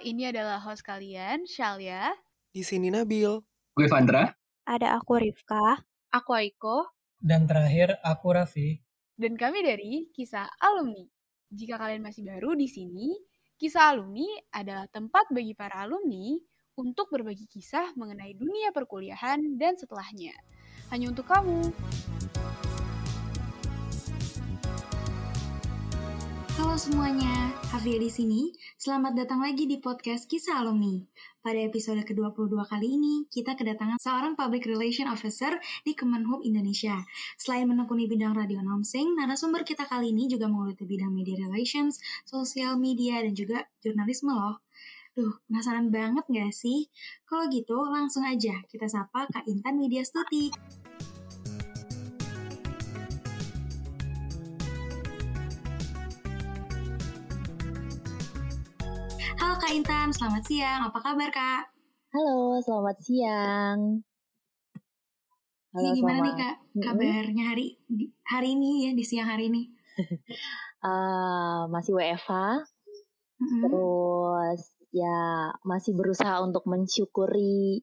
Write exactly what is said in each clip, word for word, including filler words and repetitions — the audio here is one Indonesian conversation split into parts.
ini adalah host kalian, Shalia. Di sini Nabil. Gue Vandra. Ada aku Rifka. Aku Aiko. Dan terakhir aku Raffi. Dan kami dari Kisah Alumni. Jika kalian masih baru di sini, Kisah Alumni adalah tempat bagi para alumni untuk berbagi kisah mengenai dunia perkuliahan dan setelahnya. Hanya untuk kamu. Halo semuanya, Hafia di sini. Selamat datang lagi di podcast Kisah Alumni. Pada episode ke dua puluh dua kali ini, kita kedatangan seorang Public Relation Officer di Kemenhub Indonesia. Selain menekuni bidang radio announcing, narasumber kita kali ini juga menggeluti bidang media relations, sosial media, dan juga jurnalisme loh. Duh, penasaran banget gak sih? Kalau gitu, langsung aja kita sapa Kak Intan Widyastuti. Halo Kak Intan, selamat siang. Apa kabar Kak? Halo, selamat siang. Halo, ya, gimana selamat. nih Kak kabarnya hari hari ini ya, di siang hari ini? uh, masih W F H, mm-hmm. terus ya masih berusaha untuk mensyukuri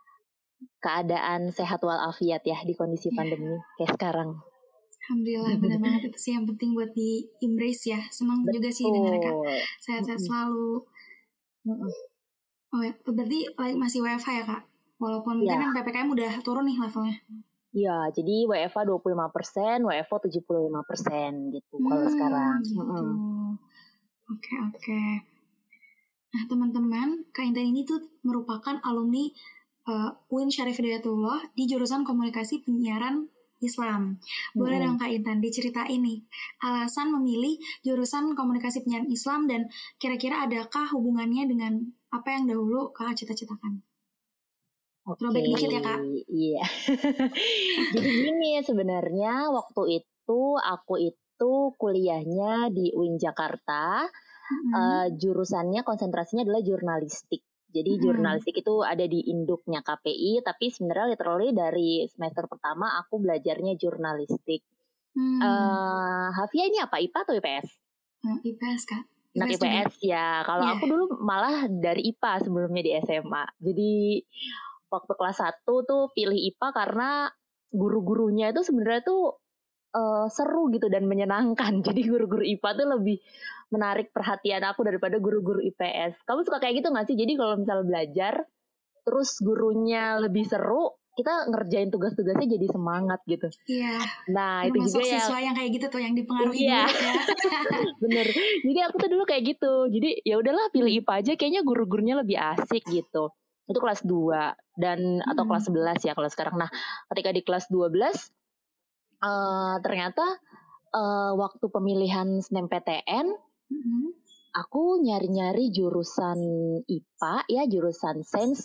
keadaan sehat walafiat ya di kondisi yeah. pandemi kayak sekarang. Alhamdulillah, benar banget, itu sih yang penting buat di embrace ya. Senang Betul. juga sih dengar Kak, sehat-sehat mm-hmm. selalu. Mm-hmm. Oh ya, berarti masih W F H ya Kak? Walaupun ya. kan P P K M udah turun nih levelnya. Iya, jadi W F H dua puluh lima persen, W F O tujuh puluh lima persen gitu hmm, kalau sekarang. Gitu. Mm-hmm. Oke, oke. Nah teman-teman, Kak Intan ini tuh merupakan alumni uh, U I N Syarif Hidayatullah di jurusan Komunikasi Penyiaran Islam. Boleh mm-hmm. dong Kak Intan diceritain nih alasan memilih jurusan Komunikasi Penyiaran Islam dan kira-kira adakah hubungannya dengan apa yang dahulu Kak cita-citakan? Oke, okay. dikit ya Kak. Iya. Jadi gini sebenarnya waktu itu aku itu kuliahnya di U I N Jakarta, mm-hmm. uh, jurusannya konsentrasinya adalah jurnalistik. Jadi hmm. jurnalistik itu ada di induknya K P I, tapi sebenarnya literally dari semester pertama aku belajarnya jurnalistik. Hmm. Uh, Hafia ini apa, I P A atau I P S? Hmm, I P S Kak. Nah I P S juga. Ya, kalau yeah. aku dulu malah dari I P A sebelumnya di S M A. Jadi waktu kelas satu tuh pilih I P A karena guru-gurunya itu sebenarnya tuh uh, seru gitu dan menyenangkan. Jadi guru-guru I P A tuh lebih menarik perhatian aku daripada guru-guru I P S. Kamu suka kayak gitu gak sih? Jadi kalau misalnya belajar, terus gurunya lebih seru, kita ngerjain tugas-tugasnya jadi semangat gitu. Iya. Nah itu juga ya. Siswa yang kayak gitu tuh, yang dipengaruhi iya. guru ya. Bener. Jadi aku tuh dulu kayak gitu. Jadi ya udahlah pilih I P A aja, kayaknya guru-gurunya lebih asik gitu. Itu kelas dua dan atau hmm. kelas sebelas ya kalau sekarang. Nah ketika di kelas dua belas, uh, ternyata uh, waktu pemilihan S N M P T N, Mm-hmm. aku nyari-nyari jurusan I P A ya, jurusan sains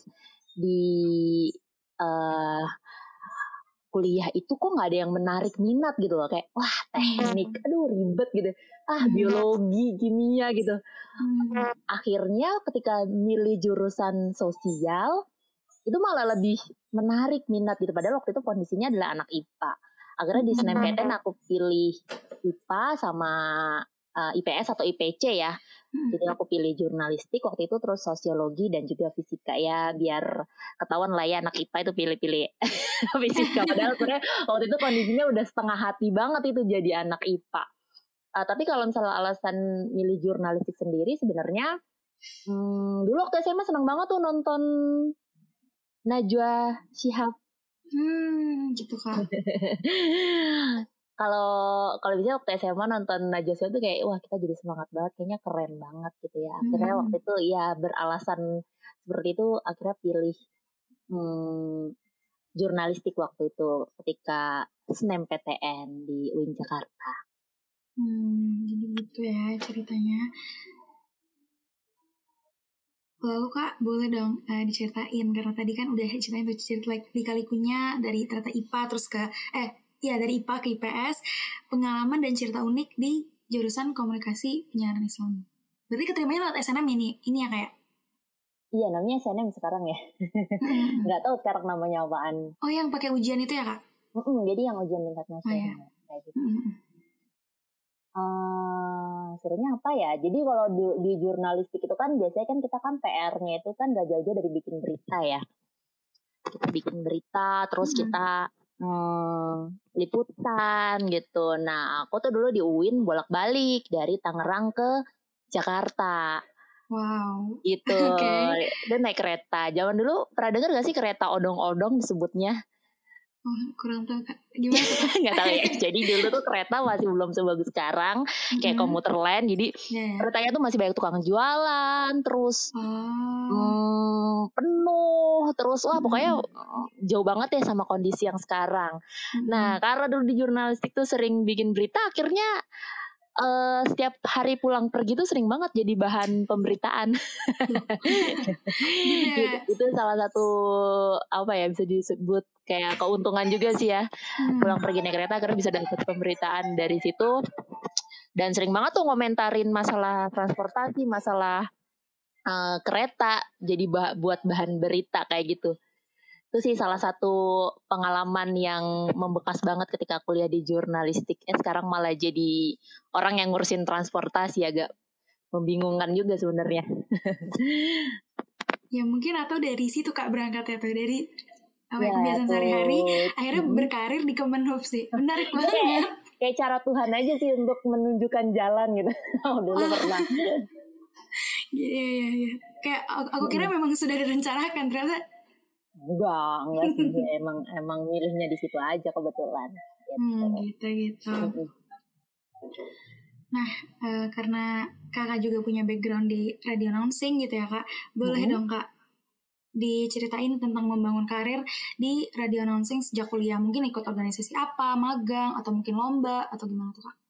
di uh, kuliah itu kok nggak ada yang menarik minat gitu loh, kayak wah teknik, aduh ribet gitu, ah biologi, kimia gitu. Mm-hmm. Akhirnya ketika milih jurusan sosial itu malah lebih menarik minat gitu, padahal waktu itu kondisinya adalah anak I P A. Akhirnya di S N M P T N aku pilih I P A sama Uh, I P S atau I P C ya. Hmm. Jadi aku pilih jurnalistik waktu itu, terus sosiologi dan juga fisika ya, biar ketahuan lah ya anak I P A itu pilih-pilih fisika. Padahal sebenarnya waktu itu kondisinya udah setengah hati banget itu jadi anak I P A. Uh, tapi kalau misalnya alasan milih jurnalistik sendiri sebenarnya, hmm, dulu waktu S M A senang banget tuh nonton Najwa Shihab. Hmm, gitu kan. Kalau kalau bisa waktu S M A nonton Najwa Shihab tuh kayak wah kita jadi semangat banget, kayaknya keren banget gitu ya. Akhirnya hmm. waktu itu ya beralasan seperti itu akhirnya pilih hmm, jurnalistik waktu itu ketika S N M P T N di U I N Jakarta. Hmm, jadi gitu ya ceritanya. Lalu Kak, boleh dong uh, diceritain, karena tadi kan udah ceritain tuh cerita lika-likunya dari ternyata I P A terus ke eh ya dari I P A ke I P S, pengalaman dan cerita unik di jurusan Komunikasi Penyiaran Islam. Berarti keterimanya lewat S N M ini, ini ya kayak? Iya, namanya S N M sekarang ya. Hmm. Nggak tahu sekarang namanya apaan. Oh, yang pakai ujian itu ya Kak? Mm-mm, jadi yang ujian tingkat nasional. Oh, ya. Kayak gitu. Mm-mm. Uh, serunya apa ya? Jadi kalau di, di jurnalistik itu kan biasanya kan kita kan P R-nya itu kan gak jauh-jauh dari bikin berita ya. Kita bikin berita, terus hmm. kita hmm, liputan gitu. Nah, aku tuh dulu di U I N bolak-balik dari Tangerang ke Jakarta. Wow. Gitu. Okay. Dan naik kereta. Zaman dulu pernah dengar gak sih kereta odong-odong disebutnya? Oh, kurang tahu Kak. Gimana tuh? Nggak tahu ya. Jadi dulu tuh kereta masih belum sebagus sekarang, mm-hmm. kayak komuter lain. Jadi yeah. keretanya tuh masih banyak tukang jualan, terus oh. hmm, penuh, terus wah pokoknya mm-hmm. jauh banget ya sama kondisi yang sekarang. Mm-hmm. Nah, karena dulu di jurnalistik tuh sering bikin berita, akhirnya Uh, setiap hari pulang pergi tuh sering banget jadi bahan pemberitaan. gitu, itu salah satu apa ya bisa disebut kayak keuntungan juga sih ya. Hmm. Pulang pergi naik kereta karena bisa dapat pemberitaan dari situ. Dan sering banget tuh ngomentarin masalah transportasi, masalah uh, kereta jadi bah- buat bahan berita kayak gitu. Itu sih salah satu pengalaman yang membekas banget ketika kuliah di jurnalistik. Eh sekarang malah jadi orang yang ngurusin transportasi, agak membingungkan juga sebenarnya. Ya mungkin atau dari situ Kak berangkat ya tuh dari apa ya, kebiasaan sehari-hari akhirnya hmm. berkarir di Kemenhub sih. Menarik banget. Kayak, kayak cara Tuhan aja sih untuk menunjukkan jalan gitu. Oh dulu pernah. Iya iya iya. Kayak aku, aku kira hmm. memang sudah direncanakan, ternyata enggak, enggak sih. emang emang milihnya di situ aja kebetulan. Gitu. Hmm, gitu gitu. Mm-hmm. Nah, e, karena Kakak juga punya background di radio announcing gitu ya Kak, boleh mm-hmm. dong Kak diceritain tentang membangun karir di radio announcing sejak kuliah. Mungkin ikut organisasi apa, magang atau mungkin lomba atau gimana tuh Kak?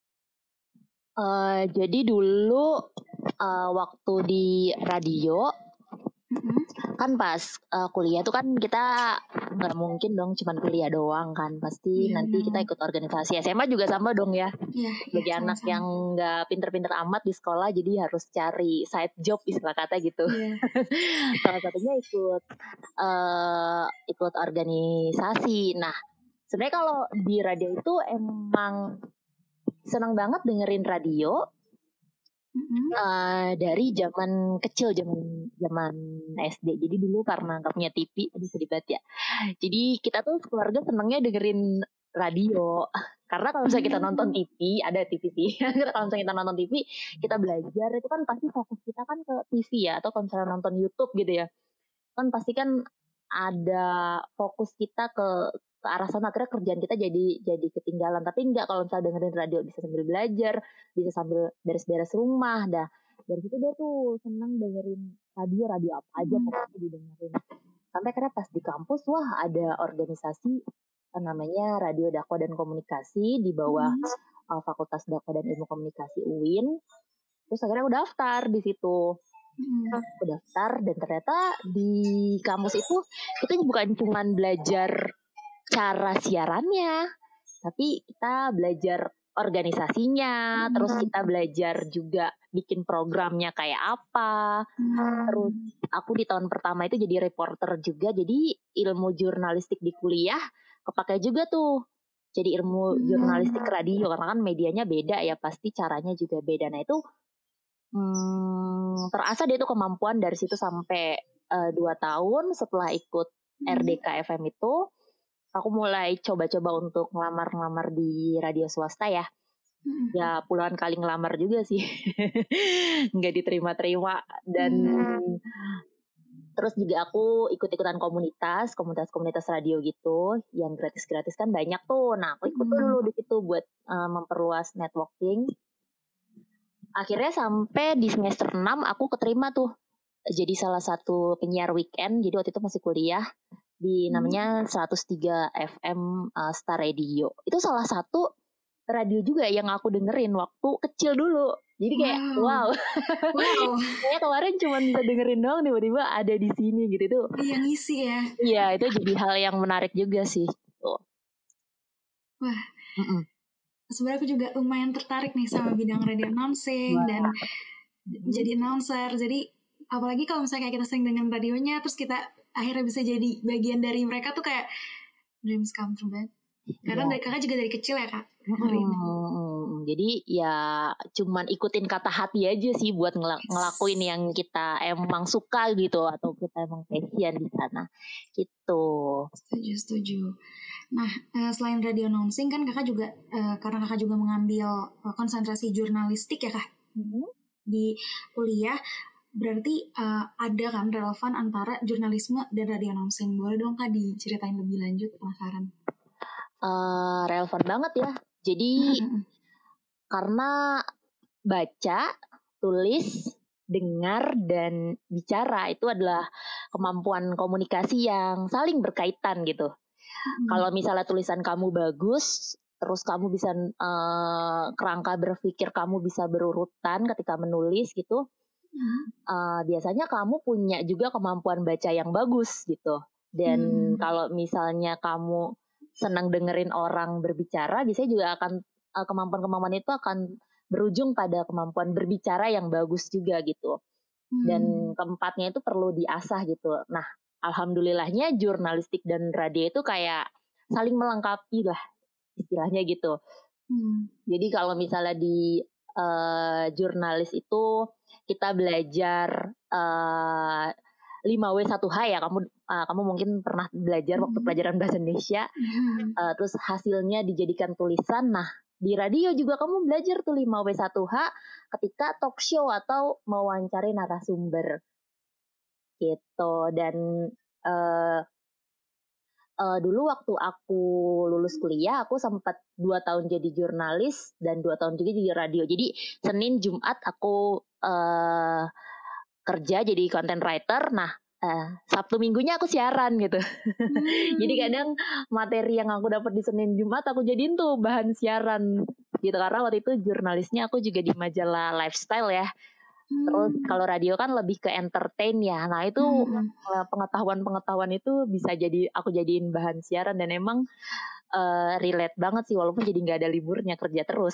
Uh, jadi dulu uh, waktu di radio. Mm-hmm. Kan pas uh, kuliah tuh kan kita nggak mungkin dong cuman kuliah doang kan, pasti yeah, nanti no. kita ikut organisasi. S M A juga sama dong ya, yeah, bagi yeah, anak sama-sama. Yang nggak pinter-pinter amat di sekolah jadi harus cari side job istilah kata gitu. Yeah. Salah satunya ikut uh, ikut organisasi. Nah sebenarnya kalau di radio itu emang senang banget dengerin radio. Mm-hmm. Uh, dari zaman kecil, zaman zaman S D. Jadi dulu karena nggak punya T V, aduh sedih banget ya. Jadi kita tuh keluarga senangnya dengerin radio. Karena kalau misalnya kita nonton T V, ada T V sih. Kalau misalnya kita nonton T V, kita belajar itu kan pasti fokus kita kan ke T V ya, atau kalau misalnya nonton YouTube gitu ya, kan pasti kan ada fokus kita ke ke arah sana, akhirnya kerjaan kita jadi jadi ketinggalan. Tapi enggak, kalau misalnya dengerin radio bisa sambil belajar, bisa sambil beres-beres rumah. Dah dari situ dia tuh seneng dengerin radio radio apa aja hmm. pokoknya didengerin. Sampai akhirnya pas di kampus, wah ada organisasi namanya Radio Dakwah dan Komunikasi di bawah hmm. uh, Fakultas Dakwah dan Ilmu Komunikasi U I N. Terus akhirnya aku daftar di situ. Hmm. Aku daftar dan ternyata di kampus itu itu bukan cuma belajar cara siarannya, tapi kita belajar organisasinya, hmm. terus kita belajar juga bikin programnya kayak apa. Hmm. Terus aku di tahun pertama itu jadi reporter juga, jadi ilmu jurnalistik di kuliah kepake juga tuh. Jadi ilmu hmm. jurnalistik radio, karena kan medianya beda ya, pasti caranya juga beda. Nah itu hmm, terasa dia tuh kemampuan dari situ sampai uh, dua tahun setelah ikut hmm. R D K F M itu. Aku mulai coba-coba untuk ngelamar-ngelamar di radio swasta ya. Mm-hmm. Ya puluhan kali ngelamar juga sih. Nggak diterima-terima. Dan mm-hmm. terus juga aku ikut-ikutan komunitas, komunitas-komunitas radio gitu. Yang gratis-gratis kan banyak tuh. Nah aku ikut mm-hmm. dulu di situ buat uh, memperluas networking. Akhirnya sampai di semester enam aku keterima tuh. Jadi salah satu penyiar weekend. Jadi waktu itu masih kuliah. Di namanya seratus tiga F M uh, Star Radio. Itu salah satu radio juga yang aku dengerin waktu kecil dulu. Jadi kayak wow. Wow. Kayak kemarin cuma bisa dengerin doang, tiba-tiba ada di sini gitu tuh. Yang ngisi ya. Iya, itu jadi hal yang menarik juga sih. Tuh. Wah. Mm-mm. Sebenarnya aku juga lumayan tertarik nih sama bidang radio announcing. Wah. Dan mm-hmm. jadi announcer. Jadi apalagi kalau misalnya kayak kita sering dengan radionya, terus kita akhirnya bisa jadi bagian dari mereka tuh kayak dreams come true banget. Karena ya. Dari kakak juga dari kecil ya kak. Hmm, Jadi ya cuman ikutin kata hati aja sih buat ngel- ngelakuin yang kita emang suka gitu atau kita emang passion di sana gitu. Setuju, setuju. Nah, eh, selain radio announcing kan kakak juga, eh, karena kakak juga mengambil eh, konsentrasi jurnalistik ya kak di kuliah, berarti eh, ada kan relevan antara jurnalisme dan radio announcing. Boleh dong kak diceritain lebih lanjut, penasaran. Eh, relevan banget ya. Jadi karena baca, tulis, dengar, dan bicara itu adalah kemampuan komunikasi yang saling berkaitan gitu. Hmm. Kalau misalnya tulisan kamu bagus, terus kamu bisa uh, kerangka berpikir kamu bisa berurutan ketika menulis gitu, Hmm. uh, biasanya kamu punya juga kemampuan baca yang bagus gitu. Dan Hmm. kalau misalnya kamu senang dengerin orang berbicara, biasanya juga akan uh, kemampuan-kemampuan itu akan berujung pada kemampuan berbicara yang bagus juga gitu. Dan Hmm. keempatnya itu perlu diasah gitu. Nah, alhamdulillahnya jurnalistik dan radio itu kayak saling melengkapi lah istilahnya gitu. Hmm. Jadi kalau misalnya di uh, jurnalis itu kita belajar uh, lima W satu H ya, kamu uh, kamu mungkin pernah belajar waktu pelajaran bahasa Indonesia. Hmm. Uh, terus hasilnya dijadikan tulisan. Nah, di radio juga kamu belajar tuh lima W satu H ketika talk show atau mewawancari narasumber gitu. Dan uh, uh, dulu waktu aku lulus kuliah, aku sempat dua tahun jadi jurnalis dan dua tahun juga jadi radio. Jadi Senin Jumat aku uh, kerja jadi content writer. Nah, uh, Sabtu Minggunya aku siaran gitu. Hmm. Jadi kadang materi yang aku dapat di Senin Jumat aku jadiin tuh bahan siaran gitu, karena waktu itu jurnalisnya aku juga di majalah lifestyle ya. Terus kalau radio kan lebih ke entertain ya. Nah itu Hmm. uh, pengetahuan-pengetahuan itu bisa jadi aku jadiin bahan siaran dan emang uh, relate banget sih, walaupun jadi nggak ada liburnya, kerja terus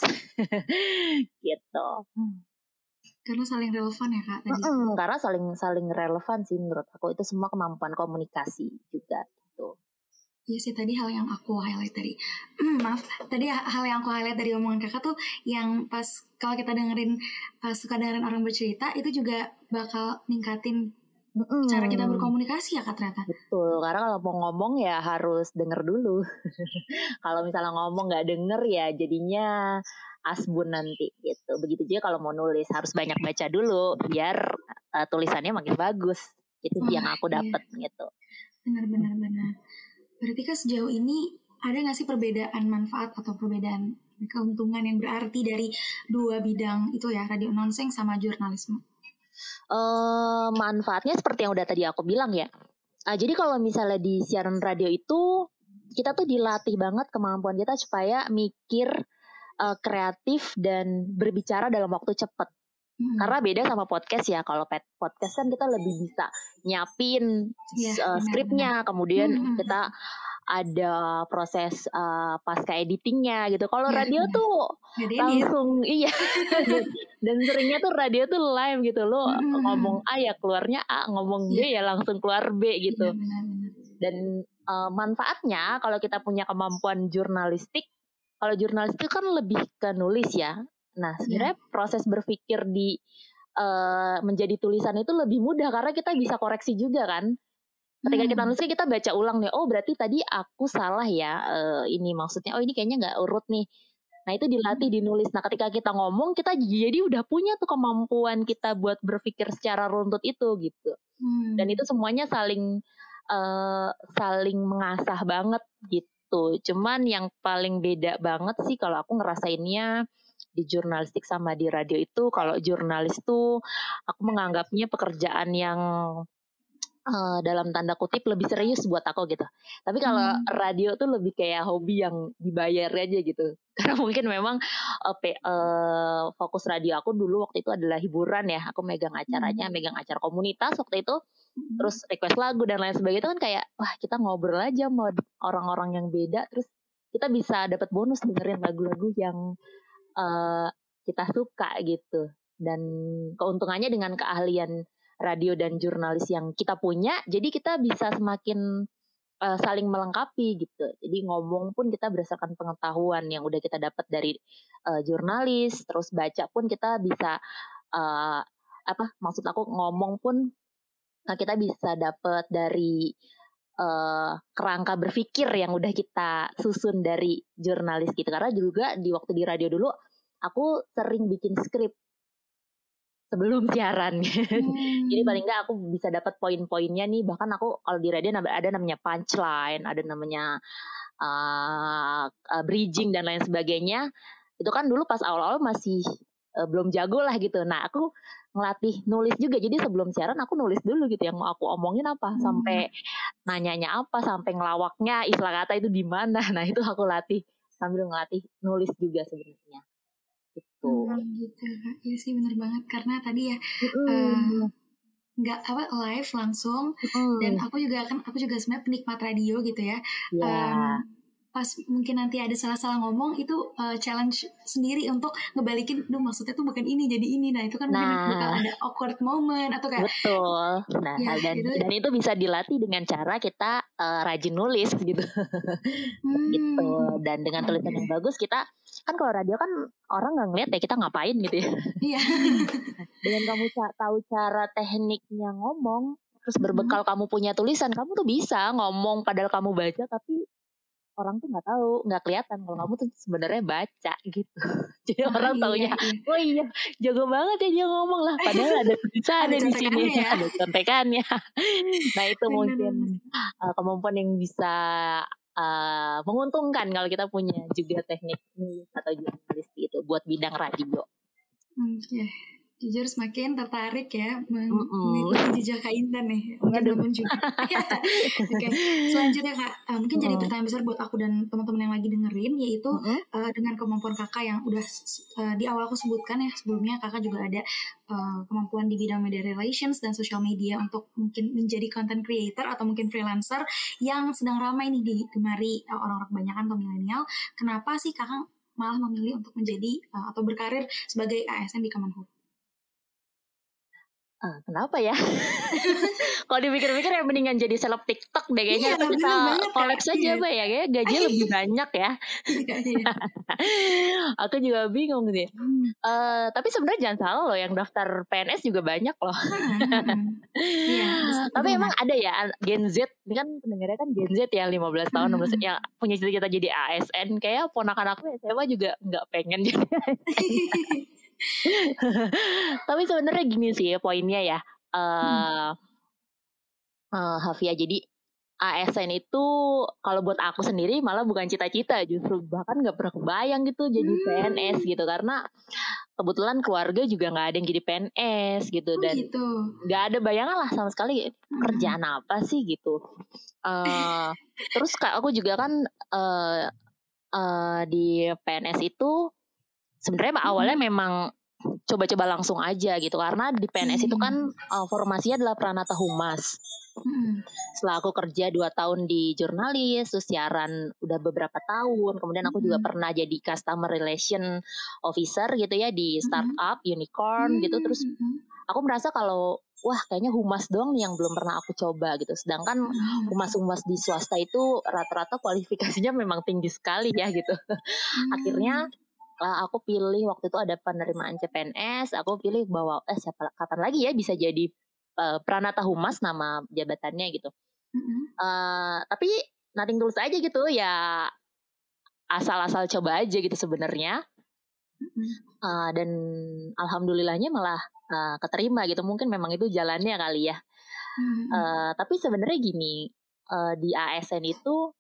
gitu. Karena saling relevan ya kak tadi. Mm-mm, karena saling saling relevan sih menurut aku, itu semua kemampuan komunikasi juga gitu. Iya sih, tadi hal yang aku highlight tadi. Maaf, tadi hal yang aku highlight dari omongan kakak tuh yang pas kalau kita dengerin, uh, suka dengerin orang bercerita, itu juga bakal ningkatin Mm-mm. cara kita berkomunikasi ya kak ternyata. Betul, karena kalau mau ngomong ya harus denger dulu. Kalau misalnya ngomong nggak denger ya jadinya asbun nanti gitu. Begitu juga kalau mau nulis, harus banyak baca dulu biar uh, tulisannya makin bagus. Itu sih Wah, yang aku iya. dapat gitu. Benar-benar benar. Berarti kan sejauh ini ada nggak sih perbedaan manfaat atau perbedaan keuntungan yang berarti dari dua bidang itu ya, radio announcing sama jurnalisme? Uh, manfaatnya seperti yang udah tadi aku bilang ya. Uh, jadi kalau misalnya di siaran radio itu kita tuh dilatih banget kemampuan kita supaya mikir uh, kreatif dan berbicara dalam waktu cepat. Hmm. Karena beda sama podcast ya. Kalau podcast kan kita lebih bisa nyiapin ya, uh, benar, skripnya, benar. kemudian hmm. kita ada proses uh, pasca editingnya gitu. Kalau ya, radio benar. Tuh Jadi langsung iya. dan, dan seringnya tuh radio tuh live gitu. Lo hmm. ngomong A ya keluarnya A, ngomong B ya, ya langsung keluar B gitu. Ya, benar, benar. Dan uh, manfaatnya kalau kita punya kemampuan jurnalistik, kalau jurnalistik kan lebih ke nulis ya. Nah, sebenarnya yeah. proses berpikir di uh, menjadi tulisan itu lebih mudah karena kita bisa koreksi juga kan. Ketika hmm. kita nulis kita baca ulang nih, oh berarti tadi aku salah ya, uh, ini maksudnya, oh ini kayaknya nggak urut nih. Nah itu dilatih dinulis. Nah ketika kita ngomong kita jadi udah punya tuh kemampuan kita buat berpikir secara runtut itu gitu. Hmm. Dan itu semuanya saling uh, saling mengasah banget gitu. Cuman yang paling beda banget sih kalau aku ngerasainnya di jurnalistik sama di radio itu, kalau jurnalis tuh aku menganggapnya pekerjaan yang uh, dalam tanda kutip lebih serius buat aku gitu. Tapi kalau hmm. radio tuh lebih kayak hobi yang dibayar aja gitu. Karena mungkin memang uh, pe, uh, fokus radio aku dulu waktu itu adalah hiburan ya. Aku megang acaranya, hmm. megang acara komunitas waktu itu. Hmm. Terus request lagu dan lain sebagainya itu kan kayak wah kita ngobrol aja sama orang-orang yang beda. Terus kita bisa dapat bonus dengerin lagu-lagu yang Uh, kita suka gitu. Dan keuntungannya dengan keahlian radio dan jurnalis yang kita punya, jadi kita bisa semakin uh, saling melengkapi gitu. Jadi ngomong pun kita berdasarkan pengetahuan yang udah kita dapat dari uh, jurnalis, terus baca pun kita bisa uh, apa maksud aku ngomong pun nah kita bisa dapat dari uh, kerangka berpikir yang udah kita susun dari jurnalis gitu. Karena juga di waktu di radio dulu aku sering bikin skrip sebelum siaran. Hmm. Jadi paling nggak aku bisa dapat poin-poinnya nih. Bahkan aku kalau di radio ada namanya punchline, ada namanya uh, uh, bridging dan lain sebagainya. Itu kan dulu pas awal-awal masih uh, belum jago lah gitu. Nah aku ngelatih nulis juga, jadi sebelum siaran aku nulis dulu gitu yang mau aku omongin apa, hmm. sampai nanyanya apa, sampai ngelawaknya istilah kata itu di mana. Nah itu aku latih sambil ngelatih nulis juga sebenarnya. Gitu. Hmm, gitu Kak. Ya sih benar banget karena tadi ya mm. uh, nggak apa live langsung mm. dan aku juga kan aku juga sebenarnya penikmat radio gitu ya. Yeah. Um, pas mungkin nanti ada salah-salah ngomong itu uh, challenge sendiri untuk ngebalikin, duh maksudnya tuh bukan ini jadi ini. Nah itu kan nah. mungkin bakal ada awkward moment atau kayak betul. Nah ya, dan itu, dan itu bisa dilatih dengan cara kita uh, rajin nulis gitu. Hmm. Gitu. Dan dengan tulisan okay. yang bagus kita kan kalau radio kan orang nggak ngeliat ya kita ngapain gitu ya. Iya. Dengan kamu tahu cara tekniknya ngomong, terus berbekal hmm. kamu punya tulisan, kamu tuh bisa ngomong padahal kamu baca tapi orang tuh nggak tahu, nggak kelihatan kalau kamu tuh sebenarnya baca gitu. Jadi oh, orang taunya, iya, iya. oh iya jago banget ya dia ngomong lah. Padahal ada tulisannya di sini, ya. ada contekannya. Nah itu bener. Mungkin uh, kemampuan yang bisa uh, menguntungkan kalau kita punya juga teknik nulis atau jurnalis gitu buat bidang radio. Hmm, yeah. Jujur semakin tertarik ya mengikuti jejak Kak Intan nih. Mungkin teman juga. Oke, okay. Selanjutnya Kak, uh, mungkin jadi pertanyaan besar buat aku dan teman-teman yang lagi dengerin, yaitu uh-huh. uh, dengan kemampuan Kakak yang udah uh, di awal aku sebutkan ya sebelumnya, Kakak juga ada uh, kemampuan di bidang media relations dan social media untuk mungkin menjadi content creator atau mungkin freelancer yang sedang ramai nih digemari uh, orang-orang kebanyakan atau milenial. Kenapa sih Kakak malah memilih untuk menjadi uh, atau berkarir sebagai A S N di Kemenhub? Uh, kenapa ya? Kalau dipikir-pikir ya mendingan jadi seleb TikTok deh kayaknya. Iya, kita collab saja iya. Pak ya, kayaknya gaji lebih banyak ya. Aku juga bingung nih. Uh, tapi sebenarnya jangan salah loh, yang daftar P N S juga banyak loh. Iya, tapi emang ada ya Gen Z, ini kan pendengarnya kan Gen Z ya, lima belas tahun, enam belas yang punya cita-cita jadi A S N. Kayak ponakan aku ya, saya juga nggak pengen jadi A S N. Tapi sebenarnya gini sih poinnya ya, uh, uh, Hafia. Jadi A S N itu kalau buat aku sendiri malah bukan cita-cita, justru bahkan nggak pernah kebayang gitu jadi P N S gitu, karena kebetulan keluarga juga nggak ada yang jadi P N S gitu, dan nggak gitu. Ada bayangan lah sama sekali kerjaan apa sih gitu. Uh, terus kak aku juga kan uh, uh, di P N S itu sebenarnya awalnya memang coba-coba langsung aja gitu, karena di P N S itu kan uh, formasinya adalah Pranata Humas. Setelah aku kerja dua tahun di jurnalis, terus siaran udah beberapa tahun, kemudian aku juga pernah jadi customer relation officer gitu ya di startup unicorn gitu. Terus aku merasa kalau wah kayaknya humas doang yang belum pernah aku coba gitu. Sedangkan humas-humas di swasta itu rata-rata kualifikasinya memang tinggi sekali ya gitu. Akhirnya Uh, aku pilih waktu itu ada penerimaan C P N S, aku pilih bahwa eh siapa kapan lagi ya bisa jadi uh, Pranata Humas nama jabatannya gitu. Mm-hmm. Uh, tapi nothing tulus aja gitu ya, asal-asal coba aja gitu sebenarnya. Mm-hmm. Uh, dan alhamdulillahnya malah uh, keterima gitu. Mungkin memang itu jalannya kali ya. Mm-hmm. Uh, tapi sebenarnya gini, uh, di A S N itu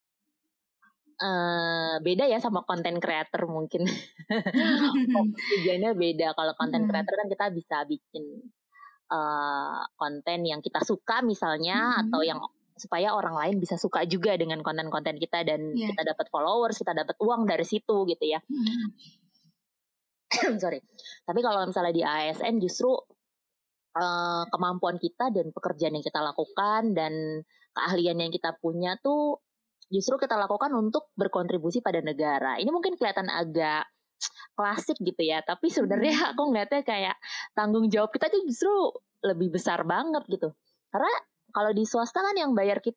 Uh, beda ya sama konten creator mungkin. Tujuannya beda. Kalau konten creator kan kita bisa bikin uh, konten yang kita suka misalnya, mm-hmm. atau yang supaya orang lain bisa suka juga dengan konten-konten kita dan yeah. kita dapat followers, kita dapat uang dari situ gitu ya. Mm-hmm. Sorry. Tapi kalau misalnya di A S N justru uh, kemampuan kita dan pekerjaan yang kita lakukan dan keahlian yang kita punya tuh justru kita lakukan untuk berkontribusi pada negara. Ini mungkin kelihatan agak klasik gitu ya, tapi sebenarnya aku ngeliatnya kayak tanggung jawab kita tuh justru lebih besar banget gitu. Karena kalau di swasta kan yang bayar kita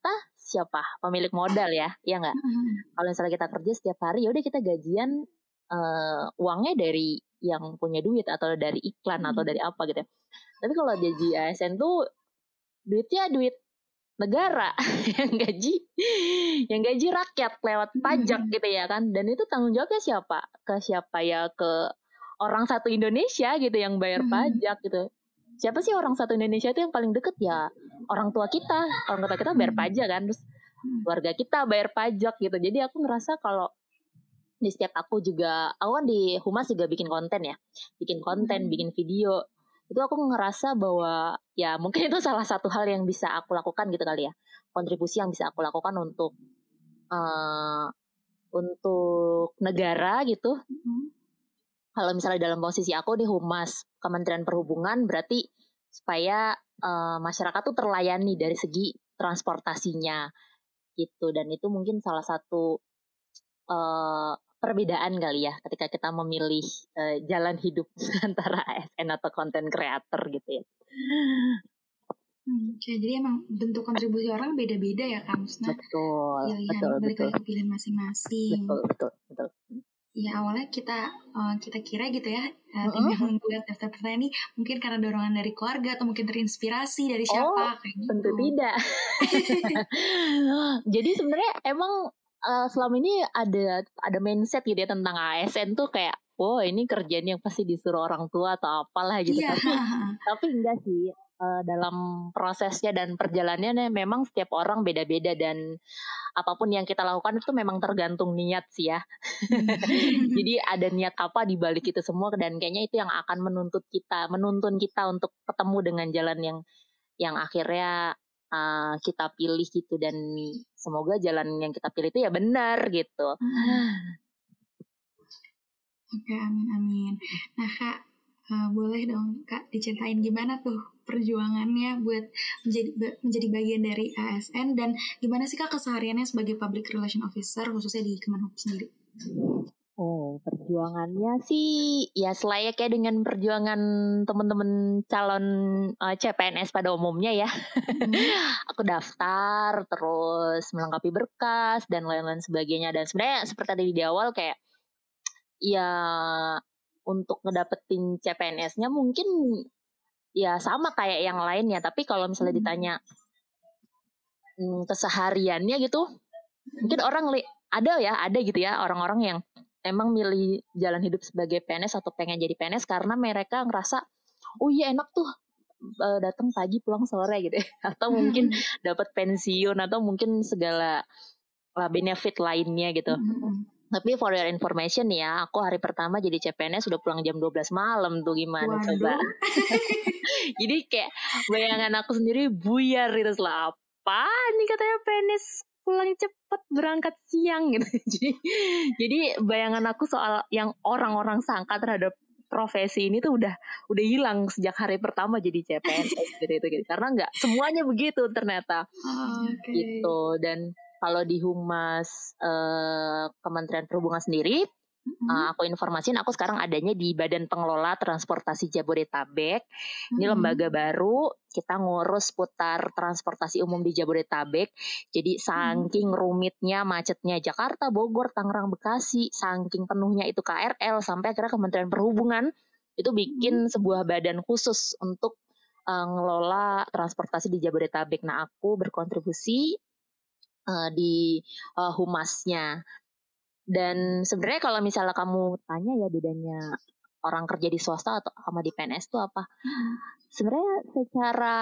siapa? Pemilik modal ya, iya nggak? Mm-mm. Kalau misalnya kita kerja setiap hari, ya udah kita gajian uh, uangnya dari yang punya duit atau dari iklan atau dari apa gitu. Tapi kalau gaji A S N tuh duitnya duit negara yang gaji yang gaji rakyat lewat pajak gitu ya kan. Dan itu tanggung jawabnya siapa? Ke siapa ya? Ke orang satu Indonesia gitu yang bayar pajak gitu. Siapa sih orang satu Indonesia itu yang paling deket ya? Orang tua kita. Orang tua kita bayar pajak kan. Terus keluarga kita bayar pajak gitu. Jadi aku ngerasa kalau di setiap aku juga, aku kan di Humas juga bikin konten ya. Bikin konten, bikin video. Itu aku ngerasa bahwa ya mungkin itu salah satu hal yang bisa aku lakukan gitu kali ya. Kontribusi yang bisa aku lakukan untuk uh, untuk negara gitu. Kalau misalnya dalam posisi aku di Humas Kementerian Perhubungan, berarti supaya uh, masyarakat tuh terlayani dari segi transportasinya gitu. Dan itu mungkin salah satu uh, perbedaan kali ya ketika kita memilih uh, jalan hidup antara A S N atau content creator gitu ya. Hmm, okay. Jadi emang bentuk kontribusi orang beda-beda ya Kak Musna. Betul, Pilihan betul, balik betul. lagi ke pilihan masing-masing. Betul, betul, betul. Ya awalnya kita uh, kita kira gitu ya uh, Mm-mm. tim yang membuat daftar pertanyaan ini mungkin karena dorongan dari keluarga atau mungkin terinspirasi dari siapa oh, kayak gitu. Tentu tidak. Jadi sebenarnya emang uh, selama ini ada ada mindset gitu ya tentang A S N tuh kayak, oh ini kerjaan yang pasti disuruh orang tua atau apalah gitu. Iya. Tapi tapi enggak sih. Uh, dalam prosesnya dan perjalanannya memang setiap orang beda-beda dan apapun yang kita lakukan itu memang tergantung niat sih ya. Jadi ada niat apa di balik itu semua dan kayaknya itu yang akan menuntut kita, menuntun kita untuk ketemu dengan jalan yang yang akhirnya uh, kita pilih gitu dan semoga jalan yang kita pilih itu ya benar gitu. Oke, amin amin. Nah Kak, uh, boleh dong Kak diceritain gimana tuh perjuangannya buat menjadi menjadi bagian dari A S N dan gimana sih Kak kesehariannya sebagai Public Relation Officer khususnya di Kemenhub sendiri? Oh, perjuangannya sih ya selayaknya dengan perjuangan teman-teman calon uh, C P N S pada umumnya ya. Hmm. Aku daftar, terus melengkapi berkas dan lain-lain sebagainya. Dan sebenarnya seperti tadi di awal kayak ya untuk ngedapetin C P N S-nya mungkin ya sama kayak yang lainnya. Tapi kalau misalnya ditanya hmm, kesehariannya gitu, mungkin orang li- ada ya, ada gitu ya orang-orang yang emang milih jalan hidup sebagai P N S atau pengen jadi P N S karena mereka ngerasa, oh iya enak tuh uh, datang pagi pulang sore gitu ya. Atau mungkin dapat pensiun atau mungkin segala uh, benefit lainnya gitu. Tapi for your information ya, aku hari pertama jadi C P N S udah pulang jam dua belas malam tuh gimana. Waduh. Coba. Jadi kayak bayangan aku sendiri buyar gitu lah. Apa nih katanya P N S pulang cepet berangkat siang gitu. Jadi, jadi bayangan aku soal yang orang-orang sangka terhadap profesi ini tuh udah udah hilang sejak hari pertama jadi C P N S gitu, gitu, gitu. Karena nggak semuanya begitu ternyata. Oh, okay. Gitu. Dan kalau di Humas uh, Kementerian Perhubungan sendiri, mm-hmm. uh, aku informasiin aku sekarang adanya di Badan Pengelola Transportasi Jabodetabek. Mm-hmm. Ini lembaga baru, kita ngurus putar transportasi umum di Jabodetabek. Jadi saking mm-hmm. rumitnya, macetnya Jakarta, Bogor, Tangerang, Bekasi, saking penuhnya itu K R L, sampai akhirnya Kementerian Perhubungan itu bikin mm-hmm. sebuah badan khusus untuk uh, ngelola transportasi di Jabodetabek. Nah, aku berkontribusi Uh, di uh, humasnya. Dan sebenarnya kalau misalnya kamu tanya ya bedanya orang kerja di swasta atau sama di P N S itu apa? Hmm. Sebenarnya secara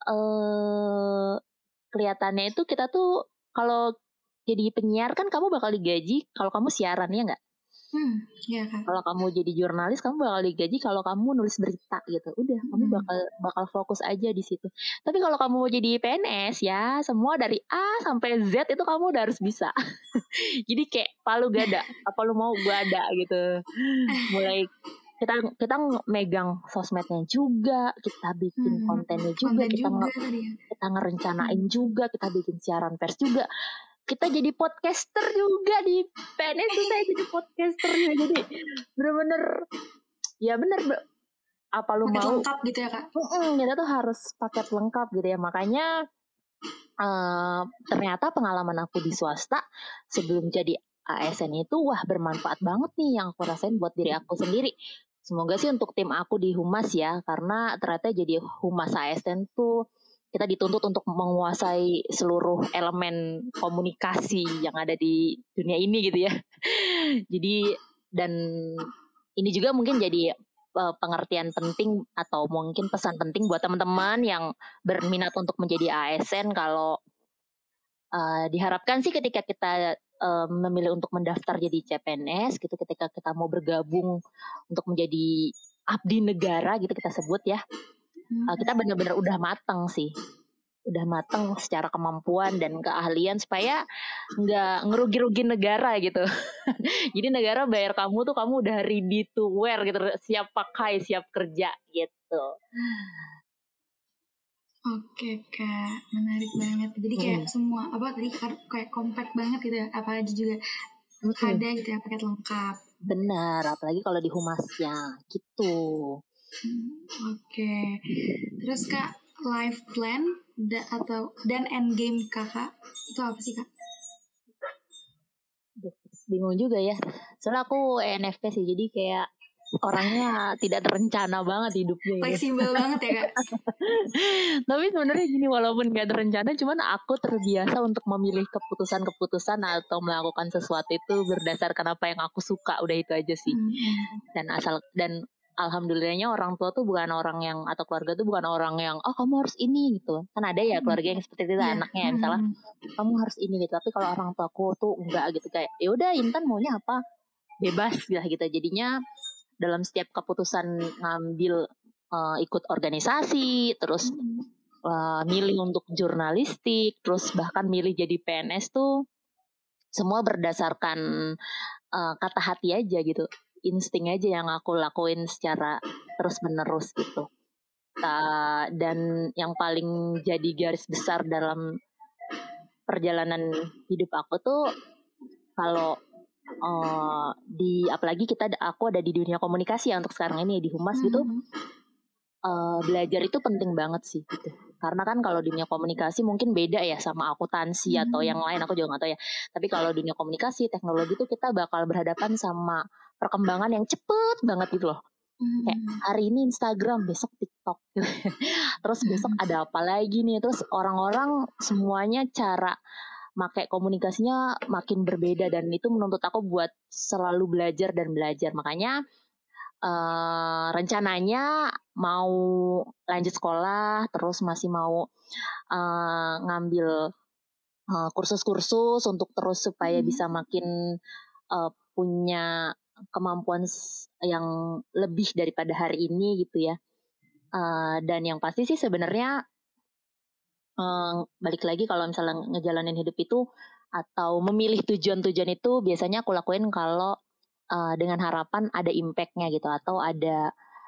uh, kelihatannya itu kita tuh kalau jadi penyiar kan kamu bakal digaji kalau kamu siaran ya nggak? Hmm, ya kan. Kalau kamu jadi jurnalis kamu bakal digaji kalau kamu nulis berita gitu. Udah, hmm. kamu bakal bakal fokus aja di situ. Tapi kalau kamu mau jadi P N S ya, semua dari A sampai Z itu kamu udah harus bisa. Jadi kayak palu gada, apa lu mau gua ada gitu. Mulai kita kita megang sosmednya juga, kita bikin hmm. kontennya juga, Konten kita juga, nge- kita ngerencanain hmm. juga, kita bikin siaran pers juga. Kita jadi podcaster juga di P N S tuh saya jadi podcaster ya. Jadi bener-bener ya bener apa lu paket mau lengkap gitu ya Kak? Mm-mm, kita tuh harus paket lengkap gitu ya. Makanya uh, ternyata pengalaman aku di swasta sebelum jadi A S N itu wah bermanfaat banget nih yang aku rasain buat diri aku sendiri. Semoga sih untuk tim aku di Humas ya, karena ternyata jadi Humas A S N tuh kita dituntut untuk menguasai seluruh elemen komunikasi yang ada di dunia ini gitu ya. Jadi dan ini juga mungkin jadi uh, pengertian penting atau mungkin pesan penting buat teman-teman yang berminat untuk menjadi A S N kalau uh, diharapkan sih ketika kita uh, memilih untuk mendaftar jadi C P N S gitu, ketika kita mau bergabung untuk menjadi abdi negara gitu kita sebut ya, uh, kita benar-benar udah matang sih, udah matang secara kemampuan dan keahlian supaya nggak ngerugi-rugi negara gitu. Jadi negara bayar kamu tuh kamu udah ready to wear gitu, siap pakai, siap kerja gitu. Oke Kak, menarik banget. Jadi kayak hmm. semua apa tadi kayak compact banget gitu ya, apa aja juga hmm. ada gitu ya, paket lengkap. Benar, apalagi kalau di humasnya gitu. Hmm, Oke, terus Kak, life plan da, atau dan end game Kakak itu apa sih Kak? Bingung juga ya, soalnya aku E N F P sih, jadi kayak orangnya tidak terencana banget hidupnya. Fleksibel banget ya Kak. Tapi sebenarnya gini, walaupun gak terencana, cuman aku terbiasa untuk memilih keputusan-keputusan atau melakukan sesuatu itu berdasarkan apa yang aku suka, udah itu aja sih. Dan asal dan alhamdulillahnya orang tua tuh bukan orang yang atau keluarga tuh bukan orang yang oh kamu harus ini gitu. Kan ada ya keluarga yang seperti itu yeah. anaknya misalnya kamu harus ini gitu. Tapi kalau orang tuaku tuh enggak gitu, kayak ya udah Intan maunya apa bebas lah gitu. Jadinya dalam setiap keputusan ngambil uh, ikut organisasi, terus uh, milih untuk jurnalistik, terus bahkan milih jadi P N S tuh semua berdasarkan uh, kata hati aja gitu, insting aja yang aku lakuin secara terus menerus gitu. Uh, dan yang paling jadi garis besar dalam perjalanan hidup aku tuh kalau Uh, di apalagi kita aku ada di dunia komunikasi ya untuk sekarang ini di Humas hmm. gitu uh, belajar itu penting banget sih gitu. Karena kan kalau dunia komunikasi mungkin beda ya sama akuntansi hmm. atau yang lain, aku juga nggak tahu ya, tapi kalau dunia komunikasi teknologi itu kita bakal berhadapan sama perkembangan yang cepet banget gitu loh. hmm. Kayak hari ini Instagram, besok TikTok gitu. Terus besok ada apa lagi nih, terus orang-orang semuanya cara make komunikasinya makin berbeda dan itu menuntut aku buat selalu belajar dan belajar. Makanya uh, rencananya mau lanjut sekolah, terus masih mau uh, ngambil uh, kursus-kursus untuk terus supaya hmm. bisa makin uh, punya kemampuan yang lebih daripada hari ini gitu ya. Uh, dan yang pasti sih sebenarnya Uh, balik lagi kalau misalnya ngejalanin hidup itu atau memilih tujuan-tujuan itu biasanya aku lakuin kalau uh, dengan harapan ada impact-nya gitu atau ada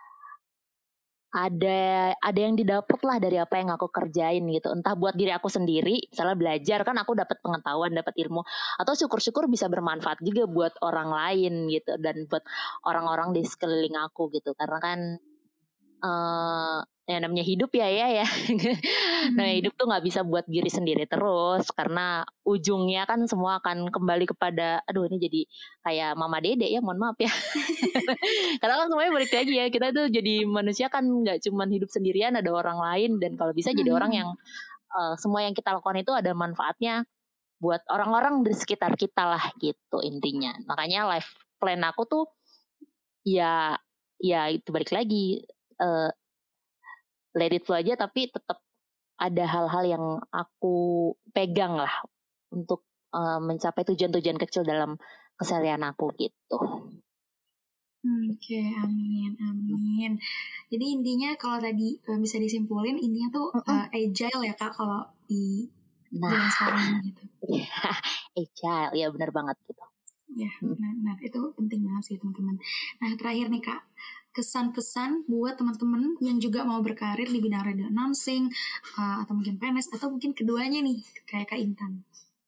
ada ada yang didapat lah dari apa yang aku kerjain gitu, entah buat diri aku sendiri misalnya belajar kan aku dapat pengetahuan, dapat ilmu, atau syukur-syukur bisa bermanfaat juga buat orang lain gitu dan buat orang-orang di sekeliling aku gitu, karena kan uh, ya namanya hidup ya ya ya. Nah hidup tuh nggak bisa buat diri sendiri terus karena ujungnya kan semua akan kembali kepada aduh ini jadi kayak mama dede ya, mohon maaf ya. Karena kan semuanya balik lagi ya, kita tuh jadi manusia kan nggak cuma hidup sendirian, ada orang lain dan kalau bisa jadi orang yang uh, semua yang kita lakukan itu ada manfaatnya buat orang-orang di sekitar kita lah gitu intinya. Makanya life plan aku tuh ya ya itu balik lagi uh, let it flow aja, tapi tetap ada hal-hal yang aku pegang lah untuk uh, mencapai tujuan-tujuan kecil dalam keseharian aku gitu. Oke, okay, amin, amin. Jadi intinya kalau tadi uh, bisa disimpulin, intinya tuh uh, agile ya Kak kalau di nah, zaman sekarang ini gitu. Agile, ya benar banget gitu. Ya, benar-benar itu penting banget sih teman-teman. Nah terakhir nih Kak, kesan-pesan buat teman-teman yang juga mau berkarir di bidang radio announcing uh, atau mungkin P N S atau mungkin keduanya nih kayak Kak Intan.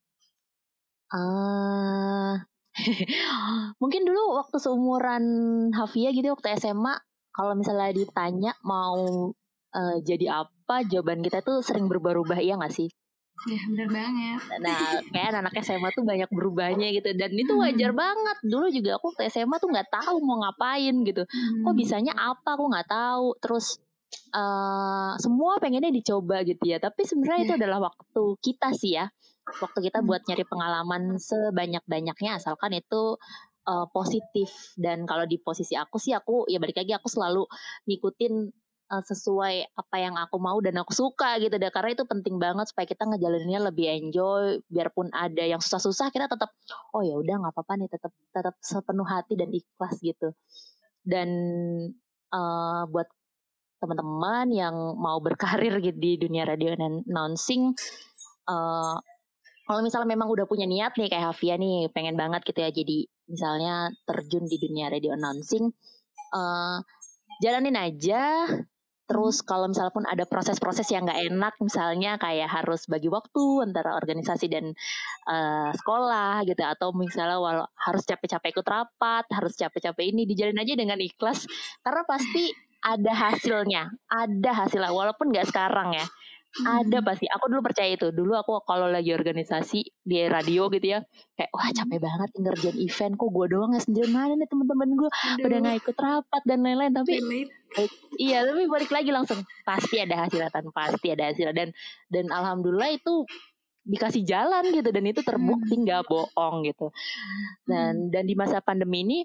Uh, mungkin dulu waktu seumuran Hafia gitu waktu S M A kalau misalnya ditanya mau uh, jadi apa, jawaban kita tuh sering berubah-ubah, iya nggak sih? Ya benar banget. Nah kayak anak S M A tuh banyak berubahnya gitu. Dan itu wajar Hmm. banget. Dulu juga aku ke S M A tuh gak tahu mau ngapain gitu. Kok Hmm. bisanya apa aku gak tahu. Terus uh, semua pengennya dicoba gitu ya. Tapi sebenarnya itu Ya. adalah waktu kita sih ya. Waktu kita Hmm. buat nyari pengalaman sebanyak-banyaknya asalkan itu uh, positif. Dan kalau di posisi aku sih aku ya balik lagi aku selalu ngikutin uh, sesuai apa yang aku mau dan aku suka gitu deh. Karena itu penting banget supaya kita ngejalaninnya lebih enjoy. Biarpun ada yang susah-susah kita tetap oh ya udah nggak apa-apa nih, tetap tetap sepenuh hati dan ikhlas gitu. Dan uh, buat teman-teman yang mau berkarir gitu di dunia radio dan announcing, uh, kalau misalnya memang udah punya niat nih kayak Hafia nih pengen banget gitu ya jadi misalnya terjun di dunia radio announcing, uh, jalanin aja. Terus kalau misalnya pun ada proses-proses yang gak enak misalnya kayak harus bagi waktu antara organisasi dan uh, sekolah gitu, atau misalnya walau harus capek-capek ikut rapat, harus capek-capek ini, dijalin aja dengan ikhlas karena pasti ada hasilnya, ada hasilnya walaupun gak sekarang ya. Ada pasti, aku dulu percaya itu. Dulu aku kalau lagi organisasi di radio gitu ya, kayak wah capek banget ngerjain event, kok gue doang ya sendiri, mana nih teman-teman gue udah nggak ikut rapat dan lain-lain. Tapi balik, iya tapi balik lagi langsung pasti ada hasilnya, kan pasti ada hasilnya. Dan dan alhamdulillah itu dikasih jalan gitu dan itu terbukti nggak bohong gitu. Dan dan di masa pandemi ini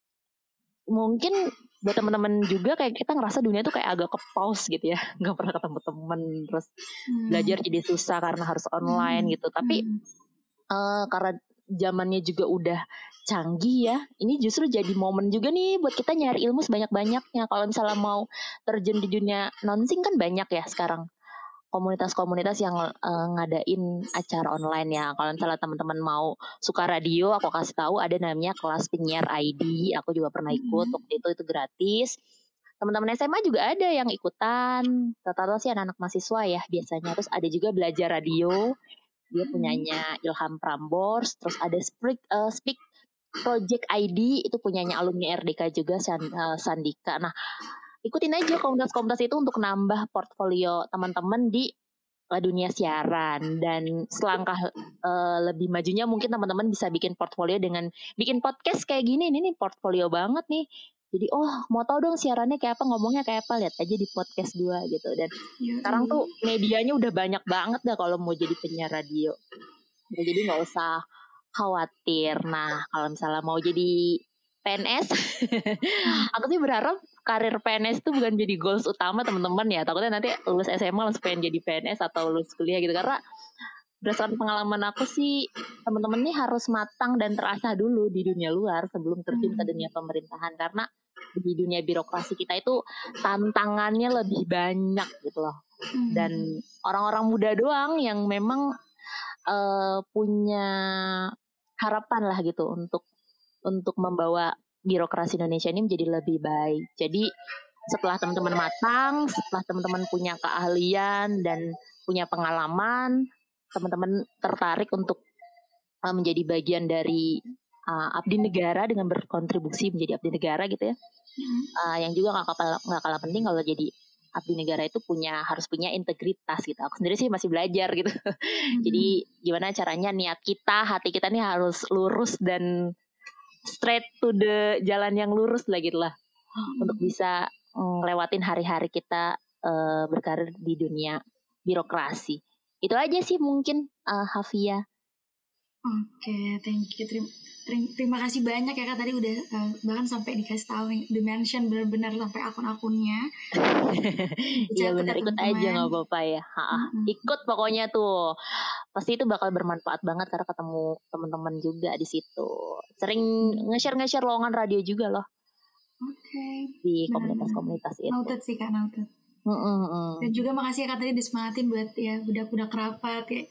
mungkin buat teman-teman juga kayak kita ngerasa dunia tuh kayak agak ke pause gitu ya, nggak pernah ketemu temen, terus hmm. belajar jadi susah karena harus online hmm. gitu. Tapi hmm. uh, karena zamannya juga udah canggih ya, ini justru jadi momen juga nih buat kita nyari ilmu sebanyak-banyaknya. Kalau misalnya mau terjun di dunia announcing kan banyak ya sekarang komunitas-komunitas yang uh, ngadain acara online ya. Kalau misalnya teman-teman mau suka radio, aku kasih tahu ada namanya kelas penyiar I D. Aku juga pernah ikut mm-hmm. waktu itu, itu gratis. Teman-teman S M A juga ada yang ikutan. Rata-rata sih anak-anak mahasiswa ya biasanya. Terus ada juga belajar radio. Dia punyanya Ilham Prambors. Terus ada Speak, uh, Speak Project I D, itu punyanya alumni R D K juga, Sandika. Nah, ikutin aja komunitas-komunitas itu untuk nambah portfolio teman-teman di uh, dunia siaran. Dan selangkah uh, lebih majunya mungkin teman-teman bisa bikin portfolio dengan bikin podcast kayak gini. Ini nih portfolio banget nih. Jadi oh mau tahu dong siarannya kayak apa, ngomongnya kayak apa, lihat aja di podcast gua gitu. Dan ya, sekarang tuh medianya udah banyak banget dah kalau mau jadi penyiar radio. Jadi nggak usah khawatir. Nah kalau misalnya mau jadi P N S, aku sih berharap karir P N S itu bukan jadi goals utama teman-teman ya. Takutnya nanti lulus S M A langsung pengen jadi P N S atau lulus kuliah gitu. Karena berdasarkan pengalaman aku sih, teman-teman ini harus matang dan terasah dulu di dunia luar sebelum terjun ke dunia pemerintahan. Karena di dunia birokrasi kita itu tantangannya lebih banyak gitu loh. Dan orang-orang muda doang yang memang uh, punya harapan lah gitu untuk untuk membawa birokrasi Indonesia ini menjadi lebih baik. Jadi setelah teman-teman matang, setelah teman-teman punya keahlian dan punya pengalaman, teman-teman tertarik untuk uh, menjadi bagian dari uh, abdi negara dengan berkontribusi menjadi abdi negara gitu ya. Uh, yang juga nggak kalah nggak kalah penting kalau jadi abdi negara itu punya harus punya integritas gitu. Aku sendiri sih masih belajar gitu. Hmm. Jadi gimana caranya niat kita, hati kita nih harus lurus dan straight to the jalan yang lurus lah gitu lah. Hmm. Untuk bisa ngelewatin hari-hari kita uh, berkarir di dunia birokrasi. Itu aja sih mungkin uh, Hafia. Oke, okay, thank you. Terima, terima kasih banyak ya Kak, tadi udah uh, bahkan sampai dikasih tahu nih, dimention benar-benar sampai akun-akunnya. Iya benar, ikut aja nggak apa-apa ya. Mm-hmm. Ikut pokoknya tuh, pasti itu bakal bermanfaat banget karena ketemu teman-teman juga di situ. Sering mm-hmm. nge-share nge-share lowongan radio juga loh. Oke. Okay. Di komunitas-komunitas itu. Noted sih Kak, noted. Mm-mm. Dan juga makasih ya Kak tadi disemangatin buat ya budak-budak rapat ya.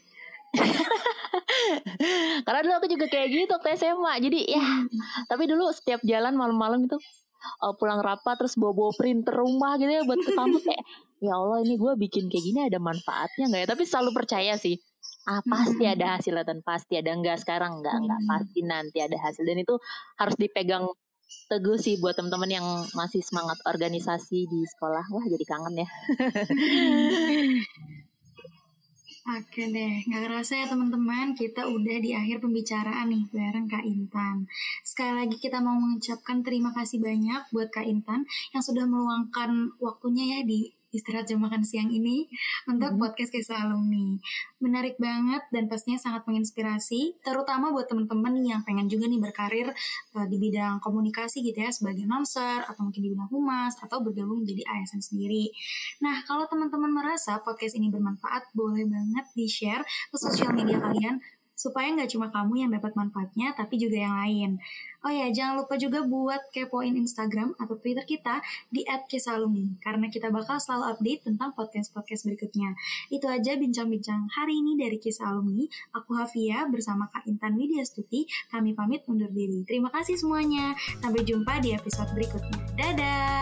Karena dulu aku juga kayak gitu waktu S M A. Jadi ya, hmm. tapi dulu setiap jalan malam-malam itu uh, pulang rapat terus bawa-bawa printer rumah gitu ya buat ke kampus kayak ya Allah ini gue bikin kayak gini ada manfaatnya nggak ya? Tapi selalu percaya sih, ah pasti hmm. ada hasilnya dan pasti ada. Enggak sekarang enggak enggak hmm. pasti nanti ada hasil, dan itu harus dipegang teguh sih buat teman-teman yang masih semangat organisasi di sekolah. Wah jadi kangen ya. Oke deh, gak kerasa ya teman-teman, kita udah di akhir pembicaraan nih bareng Kak Intan. Sekali lagi kita mau mengucapkan terima kasih banyak buat Kak Intan yang sudah meluangkan waktunya ya di istirahat jam makan siang ini untuk Mhm. podcast Kisah Alumni. Menarik banget dan pastinya sangat menginspirasi, terutama buat teman-teman nih yang pengen juga nih berkarir uh, di bidang komunikasi gitu ya, sebagai announcer atau mungkin di bidang humas atau bergabung menjadi A S N sendiri. Nah, kalau teman-teman merasa podcast ini bermanfaat, boleh banget di-share ke sosial media kalian supaya nggak cuma kamu yang dapat manfaatnya, tapi juga yang lain. Oh ya, jangan lupa juga buat kepoin Instagram atau Twitter kita di at kisalumni, karena kita bakal selalu update tentang podcast-podcast berikutnya. Itu aja bincang-bincang hari ini dari Kisah Alumni. Aku Hafia bersama Kak Intan Widyastuti, kami pamit undur diri. Terima kasih semuanya, sampai jumpa di episode berikutnya. Dadah!